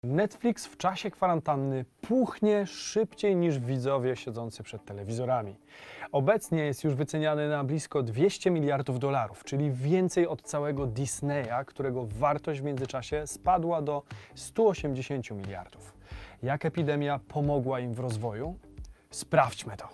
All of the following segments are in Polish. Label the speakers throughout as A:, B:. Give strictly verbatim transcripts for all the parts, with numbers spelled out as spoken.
A: Netflix w czasie kwarantanny puchnie szybciej niż widzowie siedzący przed telewizorami. Obecnie jest już wyceniany na blisko dwieście miliardów dolarów, czyli więcej od całego Disneya, którego wartość w międzyczasie spadła do stu osiemdziesięciu miliardów. Jak epidemia pomogła im w rozwoju? Sprawdźmy to.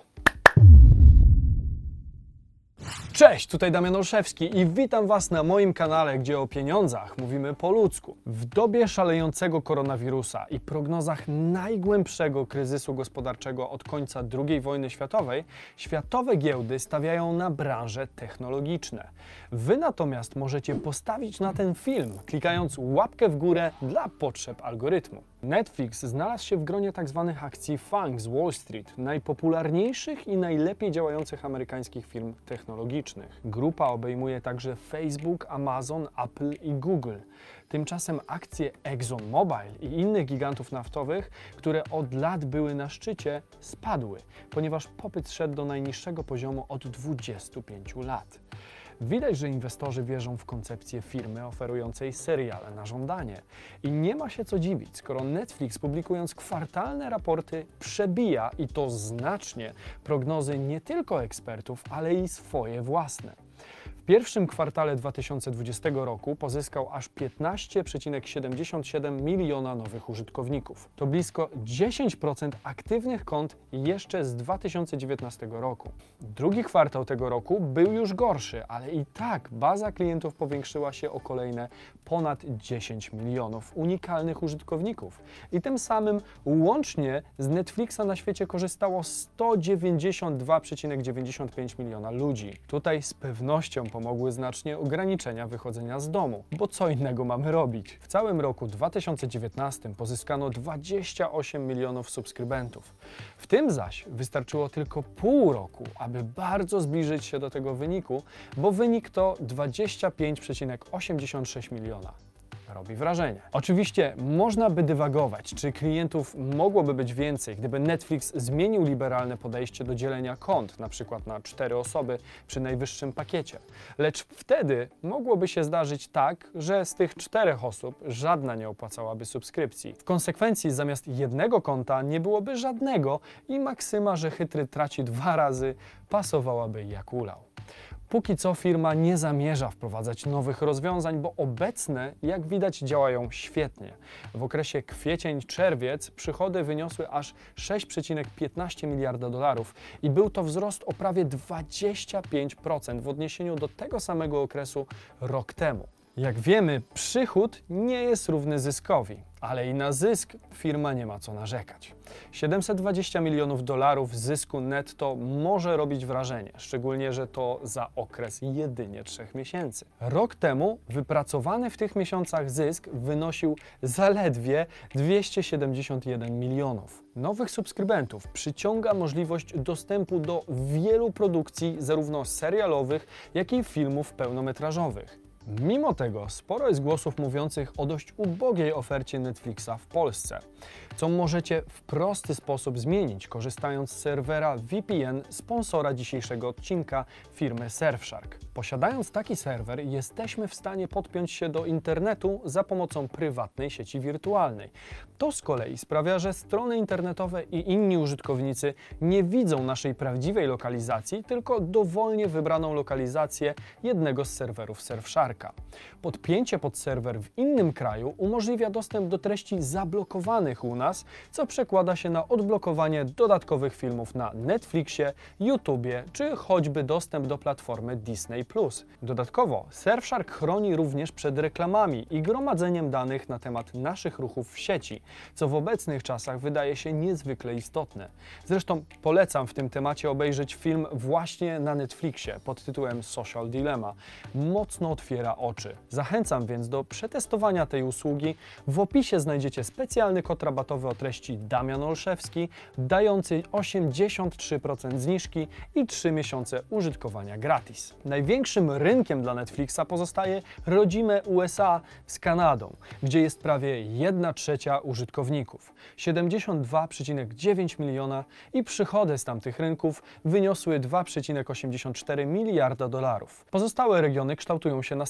A: Cześć, tutaj Damian Olszewski i witam Was na moim kanale, gdzie o pieniądzach mówimy po ludzku. W dobie szalejącego koronawirusa i prognozach najgłębszego kryzysu gospodarczego od końca drugiej wojny światowej, światowe giełdy stawiają na branże technologiczne. Wy natomiast możecie postawić na ten film, klikając łapkę w górę dla potrzeb algorytmu. Netflix znalazł się w gronie tzw. akcji FANG z Wall Street, najpopularniejszych i najlepiej działających amerykańskich firm technologicznych. Grupa obejmuje także Facebook, Amazon, Apple i Google. Tymczasem akcje ExxonMobil i innych gigantów naftowych, które od lat były na szczycie, spadły, ponieważ popyt zszedł do najniższego poziomu od dwudziestu pięciu lat. Widać, że inwestorzy wierzą w koncepcję firmy oferującej seriale na żądanie. I nie ma się co dziwić, skoro Netflix, publikując kwartalne raporty, przebija, i to znacznie, prognozy nie tylko ekspertów, ale i swoje własne. W pierwszym kwartale dwa tysiące dwudziestego roku pozyskał aż piętnaście przecinek siedemdziesiąt siedem miliona nowych użytkowników. To blisko dziesięć procent aktywnych kont jeszcze z dwa tysiące dziewiętnastego roku. Drugi kwartał tego roku był już gorszy, ale i tak baza klientów powiększyła się o kolejne ponad dziesięć milionów unikalnych użytkowników. I tym samym łącznie z Netflixa na świecie korzystało sto dziewięćdziesiąt dwa przecinek dziewięćdziesiąt pięć miliona ludzi. Tutaj z pewnością pomogły znacznie ograniczenia wychodzenia z domu, bo co innego mamy robić? W całym roku dwa tysiące dziewiętnastym pozyskano dwadzieścia osiem milionów subskrybentów. W tym zaś wystarczyło tylko pół roku, aby bardzo zbliżyć się do tego wyniku, bo wynik to dwadzieścia pięć przecinek osiemdziesiąt sześć miliona. Robi wrażenie. Oczywiście można by dywagować, czy klientów mogłoby być więcej, gdyby Netflix zmienił liberalne podejście do dzielenia kont, na przykład na cztery osoby przy najwyższym pakiecie. Lecz wtedy mogłoby się zdarzyć tak, że z tych czterech osób żadna nie opłacałaby subskrypcji. W konsekwencji zamiast jednego konta nie byłoby żadnego i maksyma, że chytry traci dwa razy, pasowałaby jak ulał. Póki co firma nie zamierza wprowadzać nowych rozwiązań, bo obecne, jak widać, działają świetnie. W okresie kwiecień-czerwiec przychody wyniosły aż sześć przecinek piętnaście miliarda dolarów i był to wzrost o prawie dwadzieścia pięć procent w odniesieniu do tego samego okresu rok temu. Jak wiemy, przychód nie jest równy zyskowi, ale i na zysk firma nie ma co narzekać. siedemset dwadzieścia milionów dolarów zysku netto może robić wrażenie, szczególnie że to za okres jedynie trzech miesięcy. Rok temu wypracowany w tych miesiącach zysk wynosił zaledwie dwieście siedemdziesiąt jeden milionów. Nowych subskrybentów przyciąga możliwość dostępu do wielu produkcji, zarówno serialowych, jak i filmów pełnometrażowych. Mimo tego sporo jest głosów mówiących o dość ubogiej ofercie Netflixa w Polsce, co możecie w prosty sposób zmienić, korzystając z serwera V P N sponsora dzisiejszego odcinka, firmy Surfshark. Posiadając taki serwer, jesteśmy w stanie podpiąć się do internetu za pomocą prywatnej sieci wirtualnej. To z kolei sprawia, że strony internetowe i inni użytkownicy nie widzą naszej prawdziwej lokalizacji, tylko dowolnie wybraną lokalizację jednego z serwerów Surfsharka. Podpięcie pod serwer w innym kraju umożliwia dostęp do treści zablokowanych u nas, co przekłada się na odblokowanie dodatkowych filmów na Netflixie, YouTubie czy choćby dostęp do platformy Disney plus. Dodatkowo Surfshark chroni również przed reklamami i gromadzeniem danych na temat naszych ruchów w sieci, co w obecnych czasach wydaje się niezwykle istotne. Zresztą polecam w tym temacie obejrzeć film właśnie na Netflixie pod tytułem Social Dilemma. Mocno otwiera oczy. Zachęcam więc do przetestowania tej usługi. W opisie znajdziecie specjalny kod rabatowy o treści Damian Olszewski, dający osiemdziesiąt trzy procent zniżki i trzy miesiące użytkowania gratis. Największym rynkiem dla Netflixa pozostaje rodzime U S A z Kanadą, gdzie jest prawie jedna trzecia użytkowników, siedemdziesiąt dwa przecinek dziewięć miliona i przychody z tamtych rynków wyniosły dwa przecinek osiemdziesiąt cztery miliarda dolarów. Pozostałe regiony kształtują się następująco.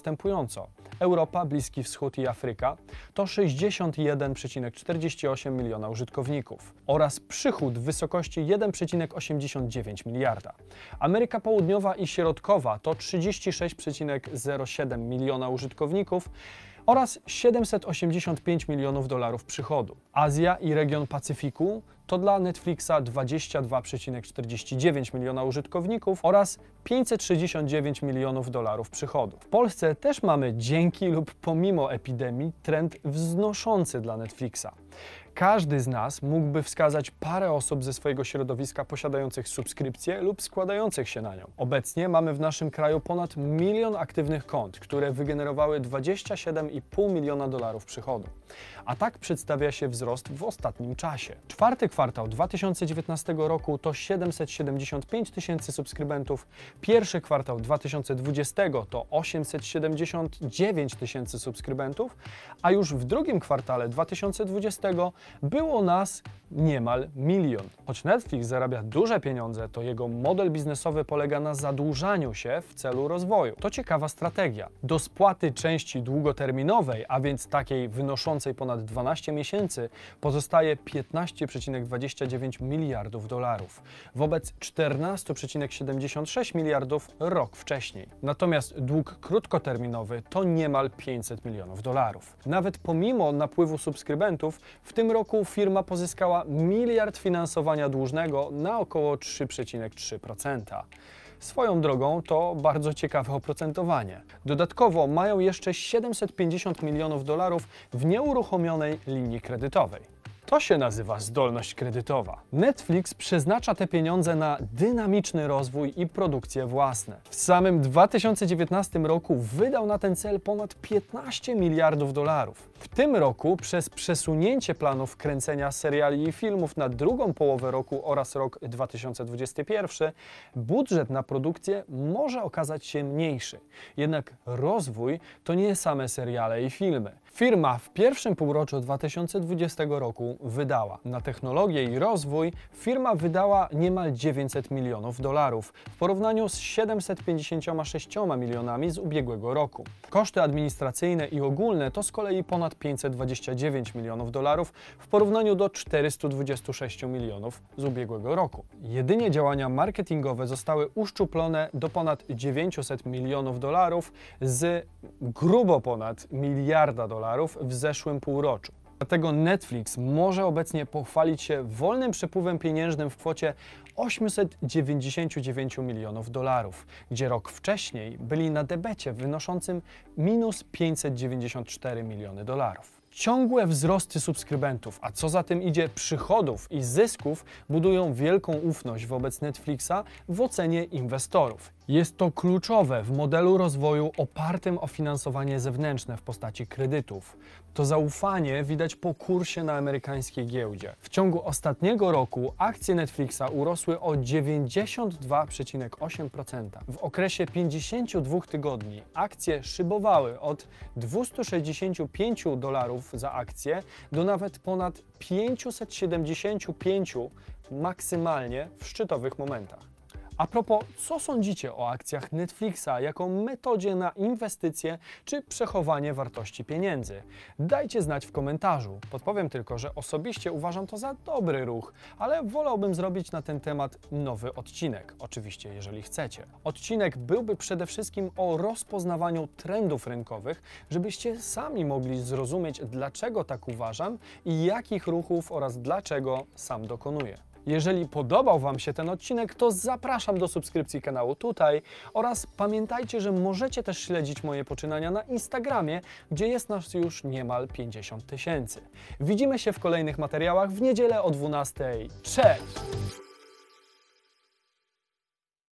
A: następująco. Europa, Bliski Wschód i Afryka to sześćdziesiąt jeden przecinek czterdzieści osiem miliona użytkowników oraz przychód w wysokości jeden przecinek osiemdziesiąt dziewięć miliarda. Ameryka Południowa i Środkowa to trzydzieści sześć przecinek zero siedem miliona użytkowników oraz siedemset osiemdziesiąt pięć milionów dolarów przychodu. Azja i region Pacyfiku to dla Netflixa dwadzieścia dwa przecinek czterdzieści dziewięć miliona użytkowników oraz pięćset sześćdziesiąt dziewięć milionów dolarów przychodu. W Polsce też mamy dzięki lub pomimo epidemii trend wznoszący dla Netflixa. Każdy z nas mógłby wskazać parę osób ze swojego środowiska posiadających subskrypcję lub składających się na nią. Obecnie mamy w naszym kraju ponad milion aktywnych kont, które wygenerowały dwadzieścia siedem i pół miliona dolarów przychodu. A tak przedstawia się wzrost w ostatnim czasie. Czwarty kwartał dwa tysiące dziewiętnastego roku to siedemset siedemdziesiąt pięć tysięcy subskrybentów, pierwszy kwartał dwa tysiące dwudziestego to osiemset siedemdziesiąt dziewięć tysięcy subskrybentów, a już w drugim kwartale dwa tysiące dwudziestego było nas niemal milion. Choć Netflix zarabia duże pieniądze, to jego model biznesowy polega na zadłużaniu się w celu rozwoju. To ciekawa strategia. Do spłaty części długoterminowej, a więc takiej wynoszącej ponad dwanaście miesięcy, pozostaje piętnaście przecinek dwadzieścia dziewięć miliardów dolarów, wobec czternaście przecinek siedemdziesiąt sześć miliardów rok wcześniej. Natomiast dług krótkoterminowy to niemal pięćset milionów dolarów. Nawet pomimo napływu subskrybentów, w tym roku firma pozyskała miliard finansowania dłużnego na około trzy przecinek trzy procent. Swoją drogą to bardzo ciekawe oprocentowanie. Dodatkowo mają jeszcze siedemset pięćdziesiąt milionów dolarów w nieuruchomionej linii kredytowej. To się nazywa zdolność kredytowa. Netflix przeznacza te pieniądze na dynamiczny rozwój i produkcje własne. W samym dwa tysiące dziewiętnastym roku wydał na ten cel ponad piętnaście miliardów dolarów. W tym roku przez przesunięcie planów kręcenia seriali i filmów na drugą połowę roku oraz rok dwa tysiące dwudziesty pierwszy budżet na produkcję może okazać się mniejszy. Jednak rozwój to nie same seriale i filmy. Firma w pierwszym półroczu dwa tysiące dwudziestego roku wydała na technologię i rozwój firma wydała niemal dziewięćset milionów dolarów w porównaniu z siedemset pięćdziesięcioma sześcioma milionami z ubiegłego roku. Koszty administracyjne i ogólne to z kolei ponad pięćset dwadzieścia dziewięć milionów dolarów w porównaniu do czterystu dwudziestu sześciu milionów z ubiegłego roku. Jedynie działania marketingowe zostały uszczuplone do ponad dziewięciuset milionów dolarów z grubo ponad miliarda dolarów w zeszłym półroczu. Dlatego Netflix może obecnie pochwalić się wolnym przepływem pieniężnym w kwocie osiemset dziewięćdziesiąt dziewięć milionów dolarów, gdzie rok wcześniej byli na debecie wynoszącym minus pięćset dziewięćdziesiąt cztery miliony dolarów. Ciągłe wzrosty subskrybentów, a co za tym idzie przychodów i zysków, budują wielką ufność wobec Netflixa w ocenie inwestorów. Jest to kluczowe w modelu rozwoju opartym o finansowanie zewnętrzne w postaci kredytów. To zaufanie widać po kursie na amerykańskiej giełdzie. W ciągu ostatniego roku akcje Netflixa urosły o dziewięćdziesiąt dwa przecinek osiem procent. W okresie pięćdziesięciu dwóch tygodni akcje szybowały od dwustu sześćdziesięciu pięciu dolarów za akcję do nawet ponad pięciuset siedemdziesięciu pięciu maksymalnie w szczytowych momentach. A propos, co sądzicie o akcjach Netflixa jako metodzie na inwestycje czy przechowanie wartości pieniędzy? Dajcie znać w komentarzu. Podpowiem tylko, że osobiście uważam to za dobry ruch, ale wolałbym zrobić na ten temat nowy odcinek, oczywiście jeżeli chcecie. Odcinek byłby przede wszystkim o rozpoznawaniu trendów rynkowych, żebyście sami mogli zrozumieć, dlaczego tak uważam i jakich ruchów oraz dlaczego sam dokonuję. Jeżeli podobał Wam się ten odcinek, to zapraszam do subskrypcji kanału tutaj oraz pamiętajcie, że możecie też śledzić moje poczynania na Instagramie, gdzie jest nas już niemal pięćdziesiąt tysięcy. Widzimy się w kolejnych materiałach w niedzielę o dwunastej. Cześć!